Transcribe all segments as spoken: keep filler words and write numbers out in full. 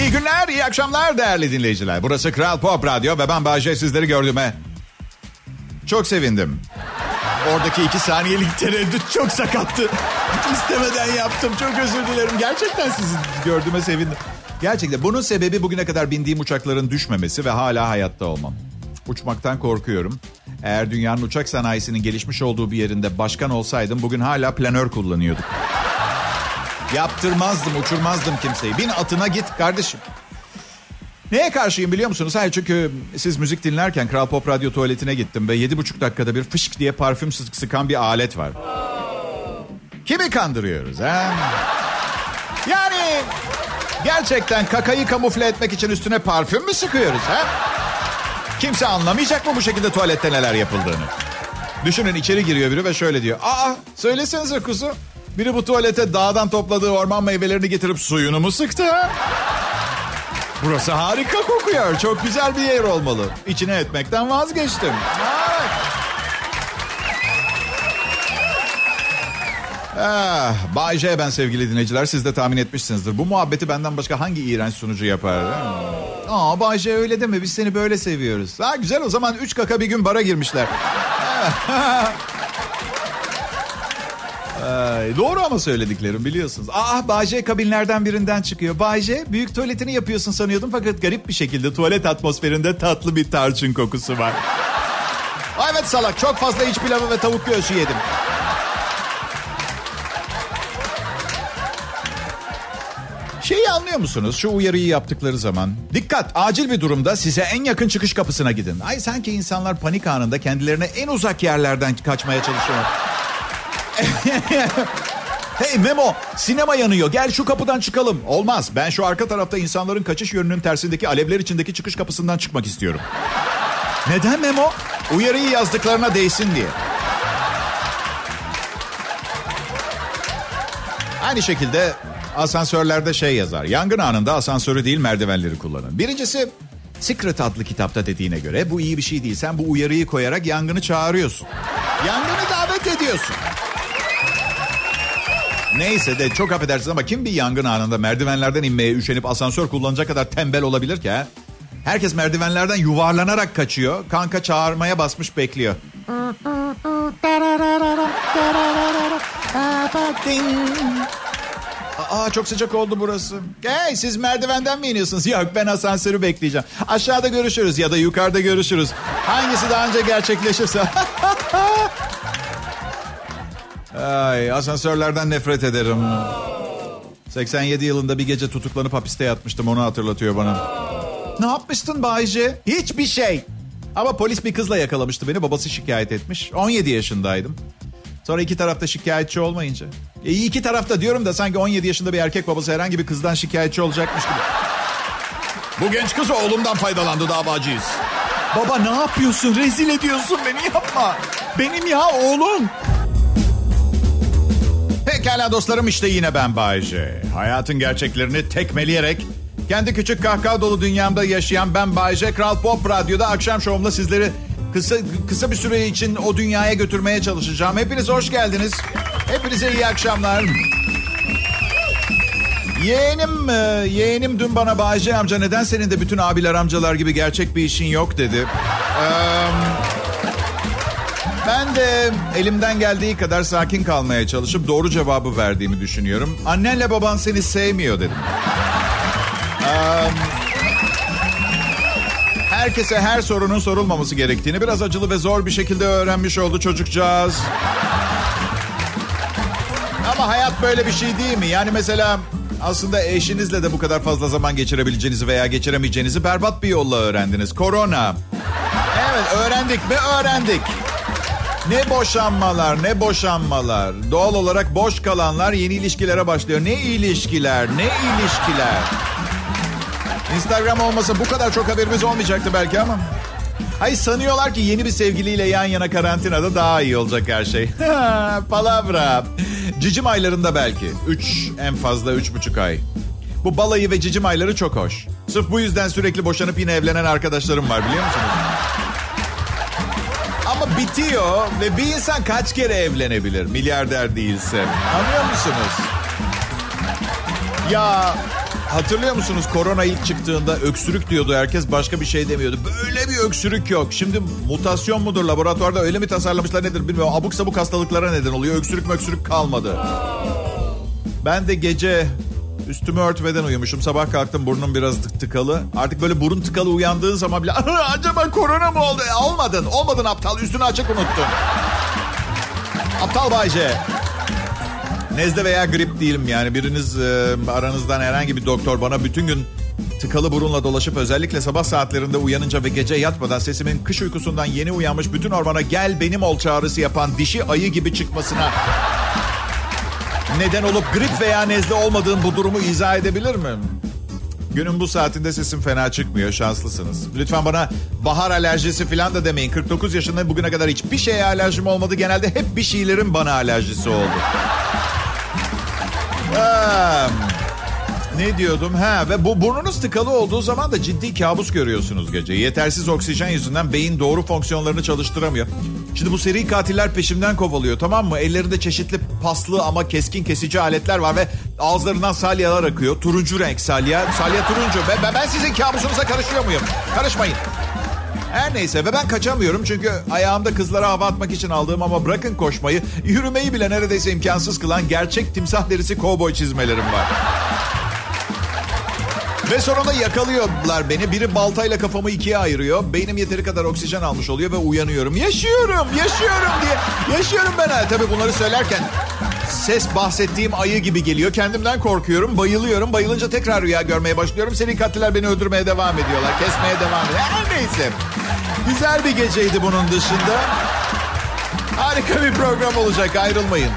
İyi günler, iyi akşamlar değerli dinleyiciler. Burası Kral Pop Radyo ve ben Bay J, sizleri gördüğüme çok sevindim. Oradaki iki saniyelik tereddüt çok sakattı. Hiç istemeden yaptım. Çok özür dilerim. Gerçekten sizi gördüğüme sevindim. Gerçekten bunun sebebi bugüne kadar bindiğim uçakların düşmemesi ve hala hayatta olmam. Uçmaktan korkuyorum. Eğer dünyanın uçak sanayisinin gelişmiş olduğu bir yerinde başkan olsaydım bugün hala planör kullanıyorduk. Yaptırmazdım, uçurmazdım kimseyi. Bin atına git kardeşim. Neye karşıyım biliyor musunuz? Hayır, çünkü siz müzik dinlerken Kral Pop Radyo tuvaletine gittim ve yedi buçuk dakikada bir fışk diye parfüm sıkan bir alet var. Kimi kandırıyoruz ha? Yani gerçekten kakayı kamufle etmek için üstüne parfüm mü sıkıyoruz ha? Kimse anlamayacak mı bu şekilde tuvalette neler yapıldığını? Düşünün, içeri giriyor biri ve şöyle diyor. Aa, söylesenize kuzu. Biri bu tuvalete dağdan topladığı orman meyvelerini getirip suyunu mu sıktı ha? Burası harika kokuyor. Çok güzel bir yer olmalı. İçine etmekten vazgeçtim. Evet. Ah, Bay J ben sevgili dinleyiciler. Siz de tahmin etmişsinizdir. Bu muhabbeti benden başka hangi iğrenç sunucu yapar? Aa, Bay J öyle deme. Biz seni böyle seviyoruz. Ha, güzel, o zaman üç kaka bir gün bara girmişler. Ay, doğru ama söylediklerim, biliyorsunuz. Aa, Bay J kabinlerden birinden çıkıyor. Bay J, büyük tuvaletini yapıyorsun sanıyordum fakat garip bir şekilde tuvalet atmosferinde tatlı bir tarçın kokusu var. Ay, evet salak, çok fazla iç pilavı ve tavuk göğsü yedim. Şeyi anlıyor musunuz? Şu uyarıyı yaptıkları zaman. Dikkat, acil bir durumda size en yakın çıkış kapısına gidin. Ay, sanki insanlar panik anında kendilerine en uzak yerlerden kaçmaya çalışıyorlar. Hey Memo, sinema yanıyor, gel şu kapıdan çıkalım. Olmaz, ben şu arka tarafta insanların kaçış yönünün tersindeki alevler içindeki çıkış kapısından çıkmak istiyorum. Neden Memo? Uyarıyı yazdıklarına değsin diye. Aynı şekilde asansörlerde şey yazar. Yangın anında asansörü değil merdivenleri kullanın. Birincisi, Secret adlı kitapta dediğine göre bu iyi bir şey değil. Sen bu uyarıyı koyarak yangını çağırıyorsun. Yangını davet ediyorsun. Neyse de çok affedersiniz ama kim bir yangın anında merdivenlerden inmeye üşenip asansör kullanacak kadar tembel olabilir ki ha? Herkes merdivenlerden yuvarlanarak kaçıyor. Kanka çağırmaya basmış bekliyor. Aa, çok sıcak oldu burası. Hey, siz merdivenden mi iniyorsunuz? Yok, ben asansörü bekleyeceğim. Aşağıda görüşürüz ya da yukarıda görüşürüz. Hangisi daha önce gerçekleşirse. Ay, asansörlerden nefret ederim. seksen yedi yılında bir gece tutuklanıp hapiste yatmıştım, onu hatırlatıyor bana. Ne yapmıştın Bay J? Hiçbir şey. Ama polis bir kızla yakalamıştı beni, babası şikayet etmiş. on yedi yaşındaydım. Sonra iki tarafta şikayetçi olmayınca. E, iki tarafta diyorum da sanki on yedi yaşında bir erkek babası herhangi bir kızdan şikayetçi olacakmış gibi. Bu genç kız oğlumdan faydalandı, davacıyız. Baba ne yapıyorsun? Rezil ediyorsun beni, yapma. Benim ya oğlum. Pekala dostlarım, işte yine ben Bay J. Hayatın gerçeklerini tekmeleyerek kendi küçük kahkaha dolu dünyamda yaşayan ben Bay J, Kral Pop Radyo'da akşam şovumla sizleri kısa kısa bir süre için o dünyaya götürmeye çalışacağım. Hepiniz hoş geldiniz. Hepinize iyi akşamlar. Yeğenim, yeğenim dün bana Bay J amca neden senin de bütün abiler amcalar gibi gerçek bir işin yok dedi. Ee, ben de elimden geldiği kadar sakin kalmaya çalışıp doğru cevabı verdiğimi düşünüyorum. Annenle baban seni sevmiyor dedim. Ee, herkese her sorunun sorulmaması gerektiğini biraz acılı ve zor bir şekilde öğrenmiş oldu çocukcağız. Ama hayat böyle bir şey değil mi? Yani mesela aslında eşinizle de bu kadar fazla zaman geçirebileceğinizi veya geçiremeyeceğinizi berbat bir yolla öğrendiniz. Korona. Evet, öğrendik mi? Öğrendik. Ne boşanmalar, ne boşanmalar. Doğal olarak boş kalanlar yeni ilişkilere başlıyor. Ne ilişkiler, ne ilişkiler. Instagram olmasa bu kadar çok haberimiz olmayacaktı belki ama. Hayır, sanıyorlar ki yeni bir sevgiliyle yan yana karantinada daha iyi olacak her şey. Palavra. Cicim aylarında belki. Üç, en fazla üç buçuk ay. Bu balayı ve cicim ayları çok hoş. Sırf bu yüzden sürekli boşanıp yine evlenen arkadaşlarım var, biliyor musunuz? Ama bitiyor ve bir insan kaç kere evlenebilir milyarder değilse? Anlıyor musunuz? Ya Hatırlıyor musunuz korona ilk çıktığında öksürük diyordu herkes, başka bir şey demiyordu. Böyle bir öksürük yok. Şimdi mutasyon mudur, laboratuvarda öyle mi tasarlamışlar nedir bilmiyorum. Abuk sabuk hastalıklara neden oluyor. Öksürük mü öksürük kalmadı. Ben de gece üstümü örtmeden uyumuşum. Sabah kalktım, burnum biraz tık tıkalı. Artık böyle burun tıkalı uyandığın zaman bile acaba korona mı oldu? E, olmadın. Olmadın aptal. Üstünü açık unuttun. Aptal Bayce. Nezle veya grip değilim yani. Biriniz e, aranızdan herhangi bir doktor bana bütün gün tıkalı burunla dolaşıp özellikle sabah saatlerinde uyanınca ve gece yatmadan sesimin kış uykusundan yeni uyanmış bütün ormana gel benim ol çağrısı yapan dişi ayı gibi çıkmasına neden olup grip veya nezle olmadığım bu durumu izah edebilir mi? Günün bu saatinde sesim fena çıkmıyor, şanslısınız. Lütfen bana bahar alerjisi falan da demeyin. kırk dokuz yaşındayım, bugüne kadar hiçbir şeye alerjim olmadı. Genelde hep bir şeylerin bana alerjisi oldu. Ha, ne diyordum? Ha, ve bu burnunuz tıkalı olduğu zaman da ciddi kabus görüyorsunuz gece. Yetersiz oksijen yüzünden beyin doğru fonksiyonlarını çalıştıramıyor. Şimdi bu seri katiller peşimden kovalıyor, tamam mı? Ellerinde çeşitli paslı ama keskin kesici aletler var ve ağızlarından salyalar akıyor. Turuncu renk salya. Salya turuncu. Ben, ben sizin kabusunuza karışıyor muyum? Karışmayın. Her neyse ve ben kaçamıyorum çünkü ayağımda kızlara hava atmak için aldığım ama bırakın koşmayı, yürümeyi bile neredeyse imkansız kılan gerçek timsah derisi kovboy çizmelerim var. Ve sonunda yakalıyorlar beni. Biri baltayla kafamı ikiye ayırıyor. Beynim yeteri kadar oksijen almış oluyor ve uyanıyorum. Yaşıyorum, yaşıyorum diye. Yaşıyorum ben ha. Tabii bunları söylerken ses bahsettiğim ayı gibi geliyor. Kendimden korkuyorum, bayılıyorum. Bayılınca tekrar rüya görmeye başlıyorum. Seri katiller beni öldürmeye devam ediyorlar. Kesmeye devam ediyorlar. Her neyse. Güzel bir geceydi bunun dışında. Harika bir program olacak. Ayrılmayın.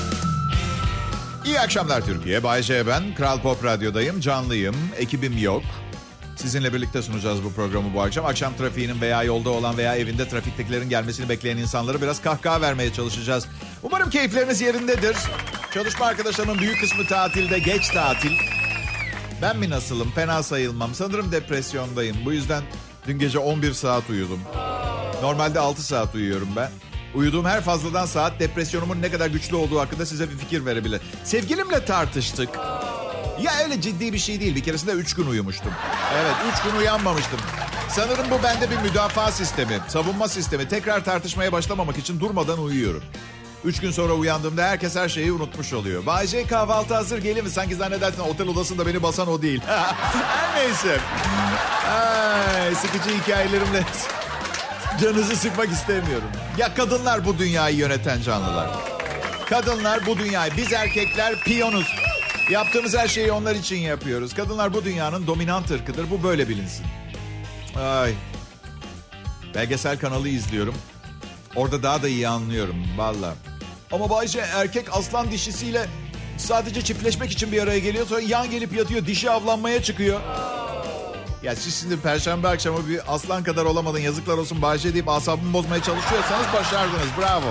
İyi akşamlar Türkiye. Bay J ben. Kral Pop Radyo'dayım. Canlıyım. Ekibim yok. Sizinle birlikte sunacağız bu programı bu akşam. Akşam trafiğinin veya yolda olan veya evinde trafiktekilerin gelmesini bekleyen insanlara biraz kahkaha vermeye çalışacağız. Umarım keyifleriniz yerindedir. Çalışma arkadaşlarımın büyük kısmı tatilde, geç tatil. Ben mi nasılım? Fena sayılmam. Sanırım depresyondayım. Bu yüzden dün gece on bir saat uyudum. Normalde altı saat uyuyorum ben. Uyuduğum her fazladan saat depresyonumun ne kadar güçlü olduğu hakkında size bir fikir verebilir. Sevgilimle tartıştık. Ya öyle ciddi bir şey değil. Bir keresinde üç gün uyumuştum. Evet, üç gün uyanmamıştım. Sanırım bu bende bir müdafaa sistemi, savunma sistemi. Tekrar tartışmaya başlamamak için durmadan uyuyorum. Üç gün sonra uyandığımda herkes her şeyi unutmuş oluyor. Bay J kahvaltı hazır, gelir mi? Sanki zannedersin otel odasında beni basan o değil. Her neyse. Ay, sıkıcı hikayelerimle canınızı sıkmak istemiyorum. Ya kadınlar bu dünyayı yöneten canlılar. Kadınlar bu dünyayı, biz erkekler piyonuz. Yaptığımız her şeyi onlar için yapıyoruz. Kadınlar bu dünyanın dominant ırkıdır. Bu böyle bilinsin. Ay. Belgesel kanalı izliyorum. Orada daha da iyi anlıyorum valla. Ama Bayce erkek aslan dişisiyle sadece çiftleşmek için bir araya geliyor. Sonra yan gelip yatıyor. Dişi avlanmaya çıkıyor. Ya siz şimdi perşembe akşamı bir aslan kadar olamadın. Yazıklar olsun Bayce deyip asabımı bozmaya çalışıyorsanız başardınız. Bravo.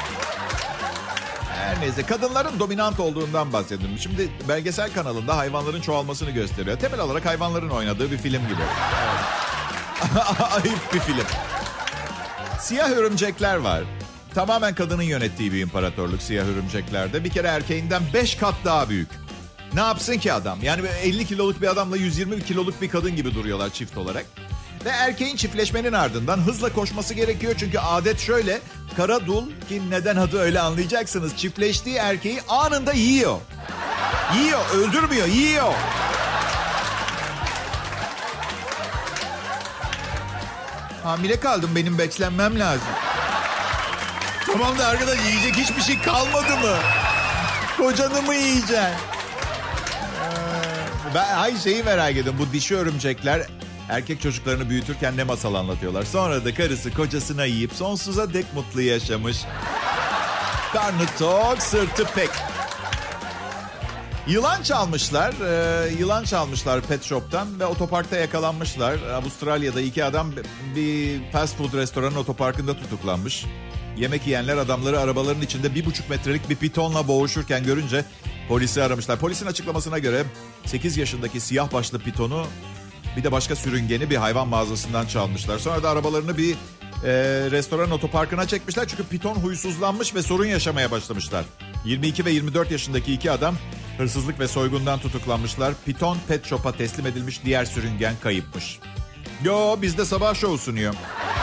Her neyse, kadınların dominant olduğundan bahsedeyim. Şimdi belgesel kanalında hayvanların çoğalmasını gösteriyor. Temel olarak hayvanların oynadığı bir film gibi. Evet. Ayıp bir film. Siyah örümcekler var. Tamamen kadının yönettiği bir imparatorluk siyah örümceklerde. Bir kere erkeğinden beş kat daha büyük. Ne yapsın ki adam? Yani elli kiloluk bir adamla yüz yirmi kiloluk bir kadın gibi duruyorlar çift olarak. Ve erkeğin çiftleşmenin ardından hızla koşması gerekiyor. Çünkü adet şöyle. Kara dul, ki neden adı öyle anlayacaksınız. Çiftleştiği erkeği anında yiyor. Yiyor, öldürmüyor, yiyor. Hamile kaldım, benim beslenmem lazım. Tamam da arkadaş, yiyecek hiçbir şey kalmadı mı? Kocanı mı yiyeceksin? Ee, ben hayır şeyi merak ediyorum. Bu dişi örümcekler erkek çocuklarını büyütürken ne masal anlatıyorlar. Sonra da karısı kocasına yiyip sonsuza dek mutlu yaşamış. Karnı tok, sırtı pek. Yılan çalmışlar. E, yılan çalmışlar pet shop'tan ve otoparkta yakalanmışlar. Avustralya'da iki adam bir fast food restoranın otoparkında tutuklanmış. Yemek yiyenler adamları arabaların içinde bir buçuk metrelik bir pitonla boğuşurken görünce polisi aramışlar. Polisin açıklamasına göre sekiz yaşındaki siyah başlı pitonu bir de başka sürüngeni bir hayvan mağazasından çalmışlar. Sonra da arabalarını bir e, restoran otoparkına çekmişler. Çünkü piton huysuzlanmış ve sorun yaşamaya başlamışlar. yirmi iki ve yirmi dört yaşındaki iki adam Hırsızlık ve soygundan tutuklanmışlar. Piton pet shop'a teslim edilmiş, diğer sürüngen kayıpmış. Yo, bizde sabah şovu sunuyor.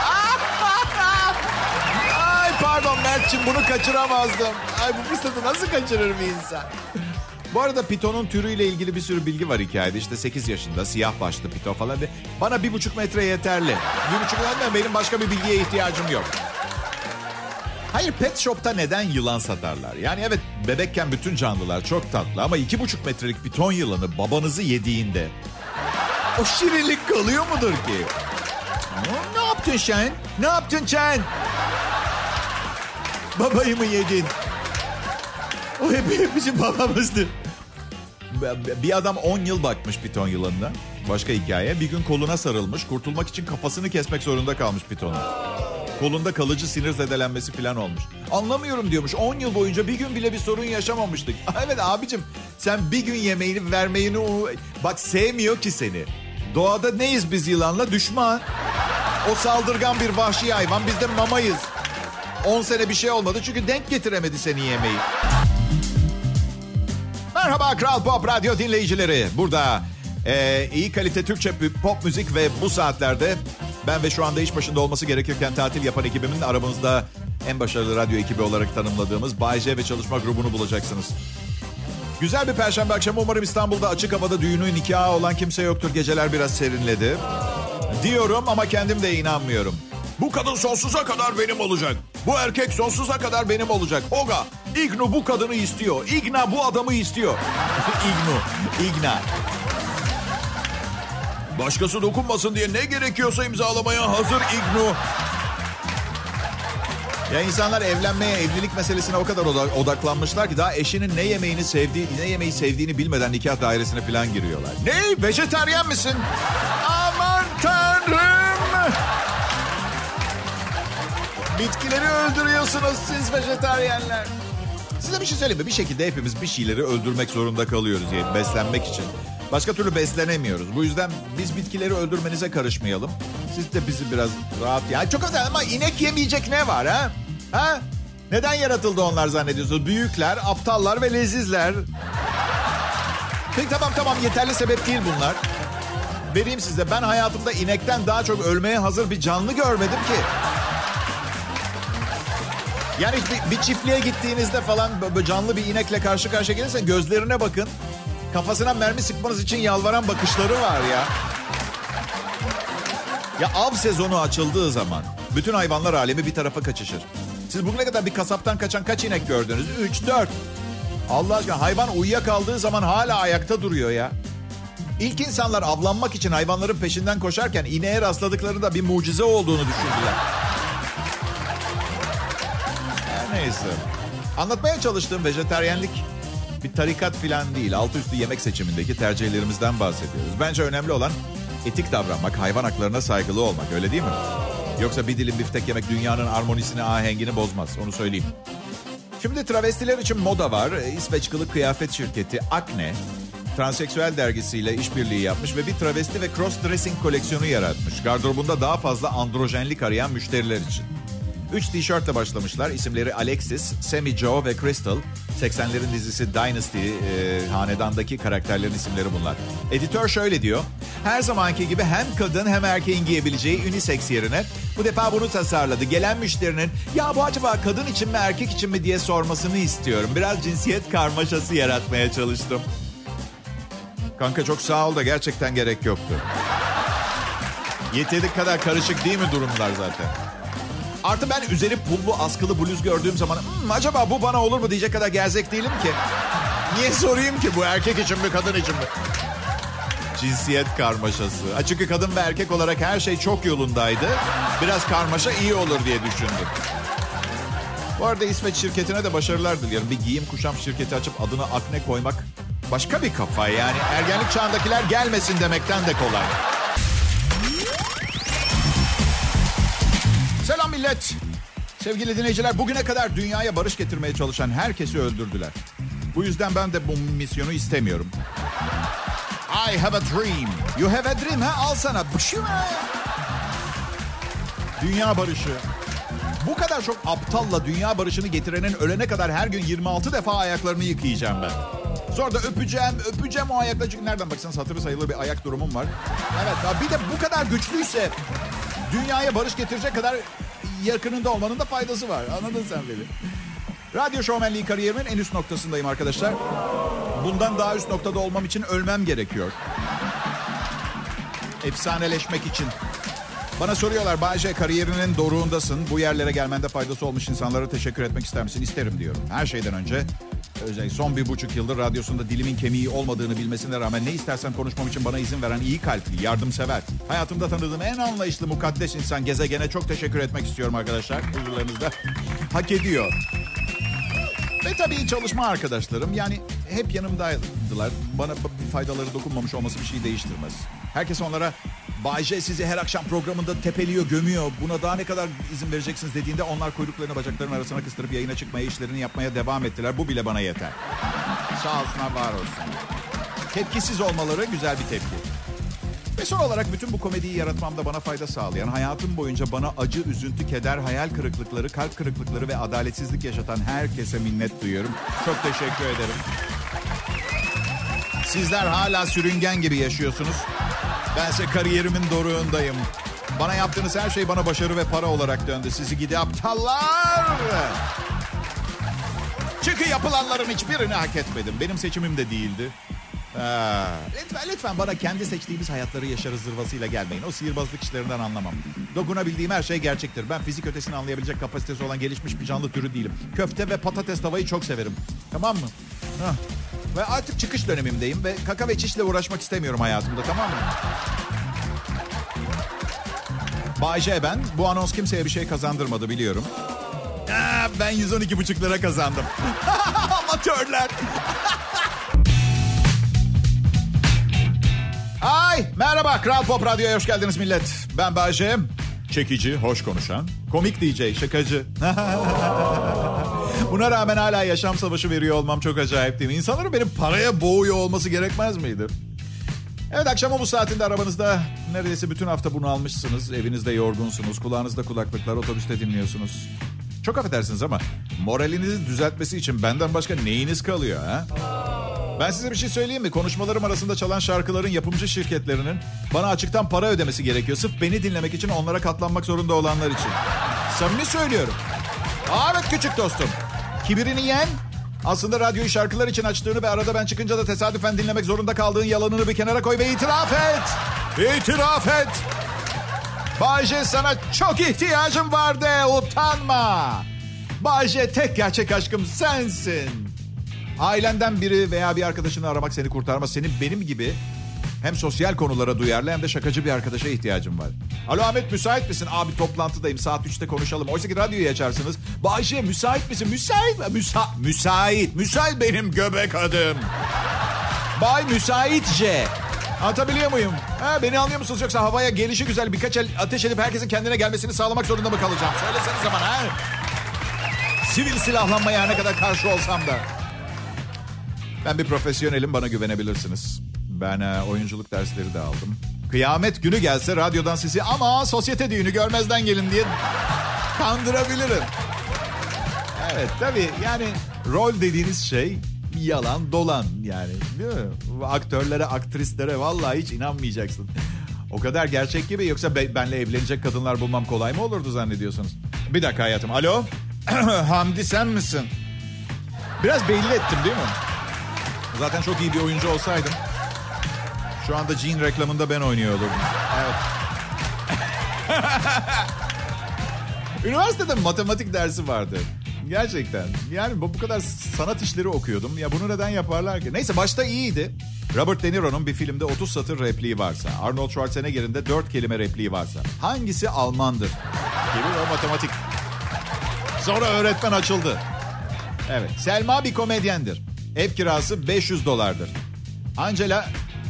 Ay pardon Mert'ciğim, bunu kaçıramazdım. Ay bu fırsatı nasıl kaçırır bir insan? Bu arada pitonun türüyle ilgili bir sürü bilgi var hikayede. İşte sekiz yaşında siyah başlı piton falan. Bana bir buçuk metre yeterli. Bir buçuk metre, benim başka bir bilgiye ihtiyacım yok. Hayır, pet shop'ta neden yılan satarlar? Yani evet, bebekken bütün canlılar çok tatlı ama iki buçuk metrelik piton yılanı babanızı yediğinde o şirinlik kalıyor mudur ki? Ne yaptın sen? Ne yaptın sen? Babayı mı yedin? O hep bizim babamızdı. Bir adam on yıl bakmış piton yılanına. Başka hikaye. Bir gün koluna sarılmış. Kurtulmak için kafasını kesmek zorunda kalmış pitonun. Kolunda kalıcı sinir zedelenmesi falan olmuş. Anlamıyorum diyormuş. on yıl boyunca bir gün bile bir sorun yaşamamıştık. Evet abicim, sen bir gün yemeğini vermeyini... Bak, sevmiyor ki seni. Doğada neyiz biz yılanla? Düşman. O saldırgan bir vahşi hayvan. Biz de mamayız. on sene bir şey olmadı çünkü denk getiremedi seni yemeği. Merhaba Kral Pop Radyo dinleyicileri. Burada e, iyi kalite Türkçe pop müzik ve bu saatlerde ben ve şu anda iş başında olması gerekirken tatil yapan ekibimin aramızda en başarılı radyo ekibi olarak tanımladığımız Bay J ve çalışma grubunu bulacaksınız. Güzel bir perşembe akşamı, umarım İstanbul'da açık havada düğünü nikahı olan kimse yoktur. Geceler biraz serinledi. Diyorum ama kendim de inanmıyorum. Bu kadın sonsuza kadar benim olacak. Bu erkek sonsuza kadar benim olacak. Oga, İgnu bu kadını istiyor. İgna bu adamı istiyor. İgnu, İgna. Başkası dokunmasın diye ne gerekiyorsa imzalamaya hazır İgnu. Ya insanlar evlenmeye, evlilik meselesine o kadar odaklanmışlar ki daha eşinin ne yemeğini sevdiği, ne yemeği sevdiğini bilmeden nikah dairesine falan giriyorlar. Ne? Vejetaryen misin? Aman tanrım! Bitkileri öldürüyorsunuz siz vejetaryenler. Size bir şey söyleyeyim mi? Bir şekilde hepimiz bir şeyleri öldürmek zorunda kalıyoruz yani beslenmek için. Başka türlü beslenemiyoruz. Bu yüzden biz bitkileri öldürmenize karışmayalım. Siz de bizi biraz rahat... Ya çok önemli ama inek yemeyecek ne var ha? Ha? Neden yaratıldı onlar zannediyorsunuz? Büyükler, aptallar ve lezizler. Peki tamam tamam, yeterli sebep değil bunlar. Vereyim size. Ben hayatımda inekten daha çok ölmeye hazır bir canlı görmedim ki. Yani bir, bir çiftliğe gittiğinizde falan böyle canlı bir inekle karşı karşıya gelirsen gözlerine bakın. Kafasına mermi sıkmanız için yalvaran bakışları var ya. Ya av sezonu açıldığı zaman bütün hayvanlar alemi bir tarafa kaçışır. Siz bugüne kadar bir kasaptan kaçan kaç inek gördünüz? Üç, dört. Allah aşkına, hayvan uyuyakaldığı zaman hala ayakta duruyor ya. İlk insanlar avlanmak için hayvanların peşinden koşarken ineğe rastladıklarında bir mucize olduğunu düşündüler. Her neyse. Anlatmaya çalıştığım vejetaryenlik bir tarikat falan değil. Altı üstü yemek seçimindeki tercihlerimizden bahsediyoruz. Bence önemli olan etik davranmak, hayvan haklarına saygılı olmak, öyle değil mi? Yoksa bir dilim biftek yemek dünyanın armonisini, ahengini bozmaz, onu söyleyeyim. Şimdi travestiler için moda var. İsveç kılık kıyafet şirketi Acne, transseksüel dergisiyle işbirliği yapmış ve bir travesti ve cross-dressing koleksiyonu yaratmış. Gardırobunda daha fazla androjenlik arayan müşteriler için. Üç tişörtle başlamışlar. İsimleri Alexis, Sammy Joe ve Crystal. seksenlerin dizisi Dynasty e, hanedandaki karakterlerin isimleri bunlar. Editör şöyle diyor. Her zamanki gibi hem kadın hem erkeğin giyebileceği unisex yerine bu defa bunu tasarladı. Gelen müşterinin ya bu acaba kadın için mi erkek için mi diye sormasını istiyorum. Biraz cinsiyet karmaşası yaratmaya çalıştım. Kanka çok sağ ol da gerçekten gerek yoktu. Yeteri kadar karışık değil mi durumlar zaten? Artı ben üzeri pullu askılı bluz gördüğüm zaman hmm, acaba bu bana olur mu diyecek kadar gerzek değilim ki. Niye sorayım ki, bu erkek için mi kadın için mi? Cinsiyet karmaşası. Çünkü kadın ve erkek olarak her şey çok yolundaydı. Biraz karmaşa iyi olur diye düşündüm. Bu arada İsveç şirketine de başarılar diliyorum. Bir giyim kuşam şirketi açıp adına Acne koymak başka bir kafa yani. Ergenlik çağındakiler gelmesin demekten de kolay. Selam millet. Sevgili dinleyiciler, bugüne kadar dünyaya barış getirmeye çalışan herkesi öldürdüler. Bu yüzden ben de bu misyonu istemiyorum. I have a dream. You have a dream ha? Al sana. Dünya barışı. Bu kadar çok aptalla dünya barışını getirenin ölene kadar her gün yirmi altı defa ayaklarını yıkayacağım ben. Sonra da öpeceğim, öpeceğim o ayakla. Çünkü nereden baksanız hatırı sayılır bir ayak durumum var. Evet, bir de bu kadar güçlüyse dünyaya barış getirecek kadar yakınında olmanın da faydası var. Anladın sen beni. Radyo şovmenliği kariyerimin en üst noktasındayım arkadaşlar. Bundan daha üst noktada olmam için ölmem gerekiyor. Efsaneleşmek için. Bana soruyorlar, Bayce kariyerinin doruğundasın. Bu yerlere gelmende faydası olmuş insanlara teşekkür etmek ister misin? İsterim diyorum. Her şeyden önce özellikle son bir buçuk yıldır radyosunda dilimin kemiği olmadığını bilmesine rağmen ne istersen konuşmam için bana izin veren iyi kalpli, yardımsever, hayatımda tanıdığım en anlayışlı, mukaddes insan gezegene çok teşekkür etmek istiyorum arkadaşlar. Huzurlarınızda. Hak ediyor. Ve tabii çalışma arkadaşlarım, yani hep yanımdaydılar. Bana bir faydaları dokunmamış olması bir şey değiştirmez. Herkes onlara Bay J sizi her akşam programında tepeliyor, gömüyor. Buna daha ne kadar izin vereceksiniz dediğinde onlar kuyruklarını bacaklarının arasına kıstırıp yayına çıkmaya, işlerini yapmaya devam ettiler. Bu bile bana yeter. Sağ olsunlar, var olsun. Tepkisiz olmaları güzel bir tepki. Ve son olarak bütün bu komediyi yaratmamda bana fayda sağlayan, hayatım boyunca bana acı, üzüntü, keder, hayal kırıklıkları, kalp kırıklıkları ve adaletsizlik yaşatan herkese minnet duyuyorum. Çok teşekkür ederim. Sizler hala sürüngen gibi yaşıyorsunuz. Bense kariyerimin doruğundayım. Bana yaptığınız her şey bana başarı ve para olarak döndü. Sizi gidi aptallar. Çünkü yapılanların hiçbirini hak etmedim. Benim seçimim de değildi. Aa, lütfen, lütfen bana kendi seçtiğimiz hayatları yaşarız zırvasıyla gelmeyin. O sihirbazlık işlerinden anlamam. Dokunabildiğim her şey gerçektir. Ben fizik ötesini anlayabilecek kapasitesi olan gelişmiş bir canlı türü değilim. Köfte ve patates tavayı çok severim. Tamam mı? Hah. Ve artık çıkış dönemimdeyim ve kaka ve çişle uğraşmak istemiyorum hayatımda, tamam mı? Bay J ben. Bu anons kimseye bir şey kazandırmadı biliyorum. Aa, ben yüz on iki buçuk lira kazandım. Amatörler. Ay merhaba, Kral Pop Radyo'ya hoş geldiniz millet. Ben Bay J. Çekici, hoş konuşan, komik D J, şakacı. Buna rağmen hala yaşam savaşı veriyor olmam çok acayip değil mi? İnsanların benim paraya boğuyor olması gerekmez miydi? Evet, akşama bu saatinde arabanızda neredeyse bütün hafta bunu almışsınız. Evinizde yorgunsunuz, kulağınızda kulaklıklar, otobüste dinliyorsunuz. Çok affedersiniz ama moralinizi düzeltmesi için benden başka neyiniz kalıyor ha? Ben size bir şey söyleyeyim mi? Konuşmalarım arasında çalan şarkıların yapımcı şirketlerinin bana açıktan para ödemesi gerekiyor. Sırf beni dinlemek için, onlara katlanmak zorunda olanlar için. Samimi söylüyorum. Aa, evet küçük dostum. Kibirini yen. Aslında radyoyu şarkılar için açtığını ve arada ben çıkınca da tesadüfen dinlemek zorunda kaldığın yalanını bir kenara koy ve itiraf et. İtiraf et. Bay J, sana çok ihtiyacım var de, utanma. Bay J, tek gerçek aşkım sensin. Ailenden biri veya bir arkadaşını aramak seni kurtarmaz. Senin benim gibi hem sosyal konulara duyarlı hem de şakacı bir arkadaşa ihtiyacım var. Alo Ahmet, müsait misin? Abi toplantıdayım, saat üçte konuşalım. Oysa ki radyoyu açarsınız. Bayşe müsait misin? Müsait mi? Müsa müsait. Müsait benim göbek adım. Bay müsaitce. Anlatabiliyor muyum? Ha, beni anlıyor musunuz? Yoksa havaya gelişi güzel birkaç el ateş edip herkesin kendine gelmesini sağlamak zorunda mı kalacağım? Söyleseniz zaman ha. Sivil silahlanmaya ne kadar karşı olsam da. Ben bir profesyonelim, bana güvenebilirsiniz. Ben e, oyunculuk dersleri de aldım. Kıyamet günü gelse radyodan sizi ama sosyete düğünü görmezden gelin diye kandırabilirim. Evet tabii, yani rol dediğiniz şey yalan dolan yani, değil mi? Aktörlere, aktrislere vallahi hiç inanmayacaksın. O kadar gerçek gibi, yoksa be, benle evlenecek kadınlar bulmam kolay mı olurdu zannediyorsunuz? Bir dakika hayatım, alo? Hamdi sen misin? Biraz belli ettim değil mi? Zaten çok iyi bir oyuncu olsaydım şu anda Jean reklamında ben oynuyor olurdum. Evet. Üniversitede matematik dersi vardı. Gerçekten. Yani bu, bu kadar sanat işleri okuyordum. Ya bunu neden yaparlar ki? Neyse, başta iyiydi. Robert De Niro'nun bir filmde otuz satır repliği varsa, Arnold Schwarzenegger'in de dört kelime repliği varsa, hangisi Almandır gibi o matematik. Sonra öğretmen açıldı. Evet. Selma bir komedyendir. Ev kirası beş yüz dolardır. Angela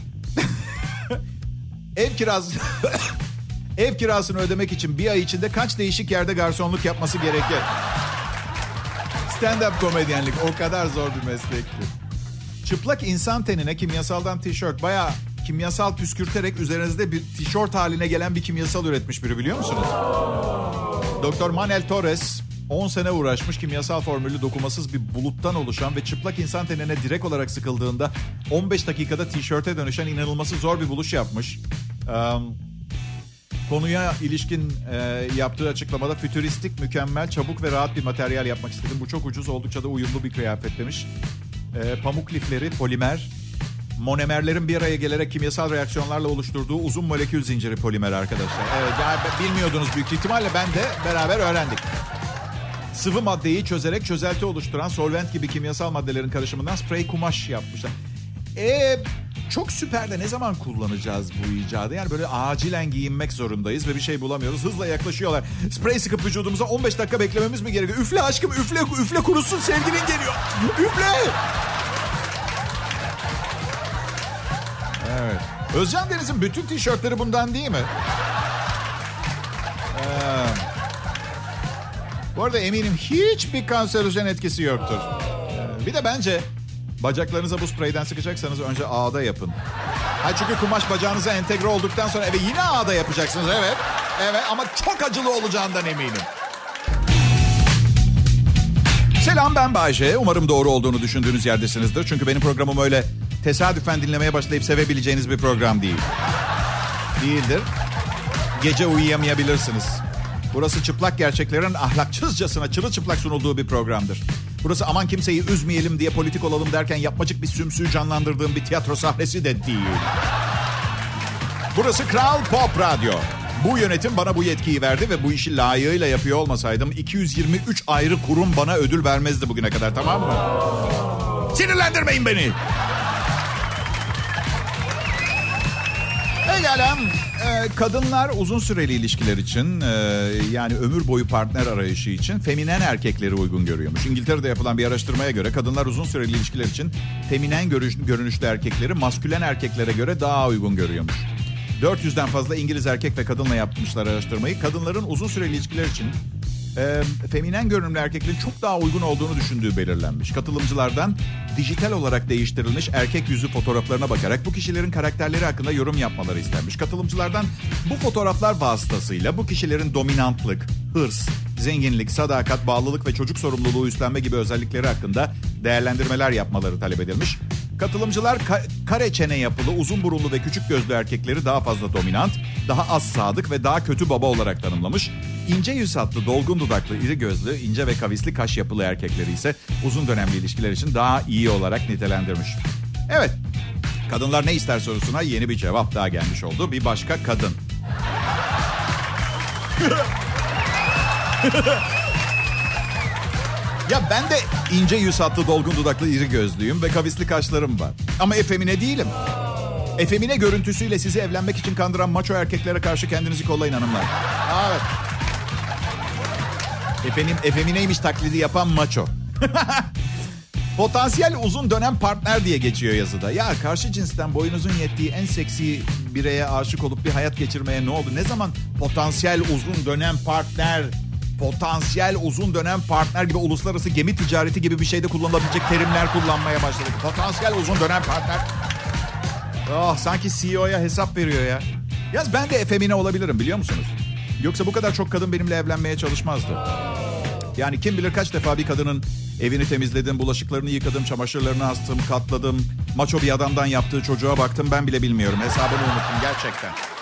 ev kirası ev kirasını ödemek için bir ay içinde kaç değişik yerde garsonluk yapması gerekir? Stand-up komedyenlik o kadar zor bir meslekti. Çıplak insan tenine kimyasaldan tişört, bayağı kimyasal püskürterek üzerinizde bir tişört haline gelen bir kimyasal üretmiş biri, biliyor musunuz? Doktor Manuel Torres on sene uğraşmış, kimyasal formülü dokunmasız bir buluttan oluşan ve çıplak insan tenine direkt olarak sıkıldığında on beş dakikada tişörte dönüşen inanılması zor bir buluş yapmış. Ee, konuya ilişkin e, yaptığı açıklamada fütüristik, mükemmel, çabuk ve rahat bir materyal yapmak istedim. Bu çok ucuz, oldukça da uyumlu bir kıyafet demiş. Ee, pamuk lifleri, polimer, monomerlerin bir araya gelerek kimyasal reaksiyonlarla oluşturduğu uzun molekül zinciri polimer arkadaşlar. Evet, yani bilmiyordunuz büyük ihtimalle, ben de beraber öğrendik. Sıvı maddeyi çözerek çözelti oluşturan solvent gibi kimyasal maddelerin karışımından sprey kumaş yapmışlar. Eee çok süper de ne zaman kullanacağız bu icadı? Yani böyle acilen giyinmek zorundayız ve bir şey bulamıyoruz. Hızla yaklaşıyorlar. Sprey sıkıp vücudumuza on beş dakika beklememiz mi gerekiyor? Üfle aşkım, üfle, üfle kurusun, sevgilin geliyor. Üfle! Evet. Özcan Deniz'in bütün tişörtleri bundan değil mi? Ee, bu arada eminim hiçbir kanserojen etkisi yoktur. Ee, bir de bence bacaklarınıza bu spreyden sıkacaksanız önce ağda yapın. Ha, çünkü kumaş bacağınıza entegre olduktan sonra eve yine ağda yapacaksınız. Evet. Evet, ama çok acılı olacağından eminim. Selam, ben Bayce. Umarım doğru olduğunu düşündüğünüz yerdesinizdir. Çünkü benim programım öyle tesadüfen dinlemeye başlayıp sevebileceğiniz bir program değil. Değildir. Gece uyuyamayabilirsiniz. Burası çıplak gerçeklerin ahlaksızcasına çırılçıplak sunulduğu bir programdır. Burası aman kimseyi üzmeyelim diye politik olalım derken yapmacık bir sümsüğü canlandırdığım bir tiyatro sahnesi de değil. Burası Kral Pop Radyo. Bu yönetim bana bu yetkiyi verdi ve bu işi layığıyla yapıyor olmasaydım iki yüz yirmi üç ayrı kurum bana ödül vermezdi bugüne kadar, tamam mı? Sinirlendirmeyin beni. Pekala. Ee, kadınlar uzun süreli ilişkiler için, e, yani ömür boyu partner arayışı için feminen erkekleri uygun görüyormuş. İngiltere'de yapılan bir araştırmaya göre kadınlar uzun süreli ilişkiler için feminen görüş, görünüşlü erkekleri maskülen erkeklere göre daha uygun görüyormuş. dört yüzden fazla İngiliz erkek ve kadınla yapmışlar araştırmayı. Kadınların uzun süreli ilişkiler için e, feminen görünümlü erkeklerin çok daha uygun olduğunu düşündüğü belirlenmiş. Katılımcılardan dijital olarak değiştirilmiş erkek yüzü fotoğraflarına bakarak bu kişilerin karakterleri hakkında yorum yapmaları istenmiş. Katılımcılardan bu fotoğraflar vasıtasıyla bu kişilerin dominantlık, hırs, zenginlik, sadakat, bağlılık ve çocuk sorumluluğu üstlenme gibi özellikleri hakkında değerlendirmeler yapmaları talep edilmiş. Katılımcılar ka- kare çene yapılı, uzun burunlu ve küçük gözlü erkekleri daha fazla dominant, daha az sadık ve daha kötü baba olarak tanımlamış. İnce yüz hatlı, dolgun dudaklı, iri gözlü, ince ve kavisli kaş yapılı erkekleri ise uzun dönemli ilişkiler için daha iyi olarak nitelendirmiş. Evet, kadınlar ne ister sorusuna yeni bir cevap daha gelmiş oldu. Bir başka kadın. Ya ben de ince yüz hatlı, dolgun dudaklı, iri gözlüyüm ve kavisli kaşlarım var. Ama efemine değilim. Efemine görüntüsüyle sizi evlenmek için kandıran maço erkeklere karşı kendinizi kollayın hanımlar. Evet. Efendim, efemineymiş taklidi yapan maço. Potansiyel uzun dönem partner diye geçiyor yazıda. Ya karşı cinsten boyunuzun yettiği en seksi bireye aşık olup bir hayat geçirmeye ne oldu? Ne zaman potansiyel uzun dönem partner, potansiyel uzun dönem partner gibi uluslararası gemi ticareti gibi bir şeyde kullanılabilecek terimler kullanmaya başladık. Potansiyel uzun dönem partner. Oh, sanki C E O'ya hesap veriyor ya. Yaz ben de efemine olabilirim, biliyor musunuz? Yoksa bu kadar çok kadın benimle evlenmeye çalışmazdı. Yani kim bilir kaç defa bir kadının evini temizledim, bulaşıklarını yıkadım, çamaşırlarını astım, katladım. Maço bir adamdan yaptığı çocuğa baktım, ben bile bilmiyorum. Hesabını unuttum gerçekten.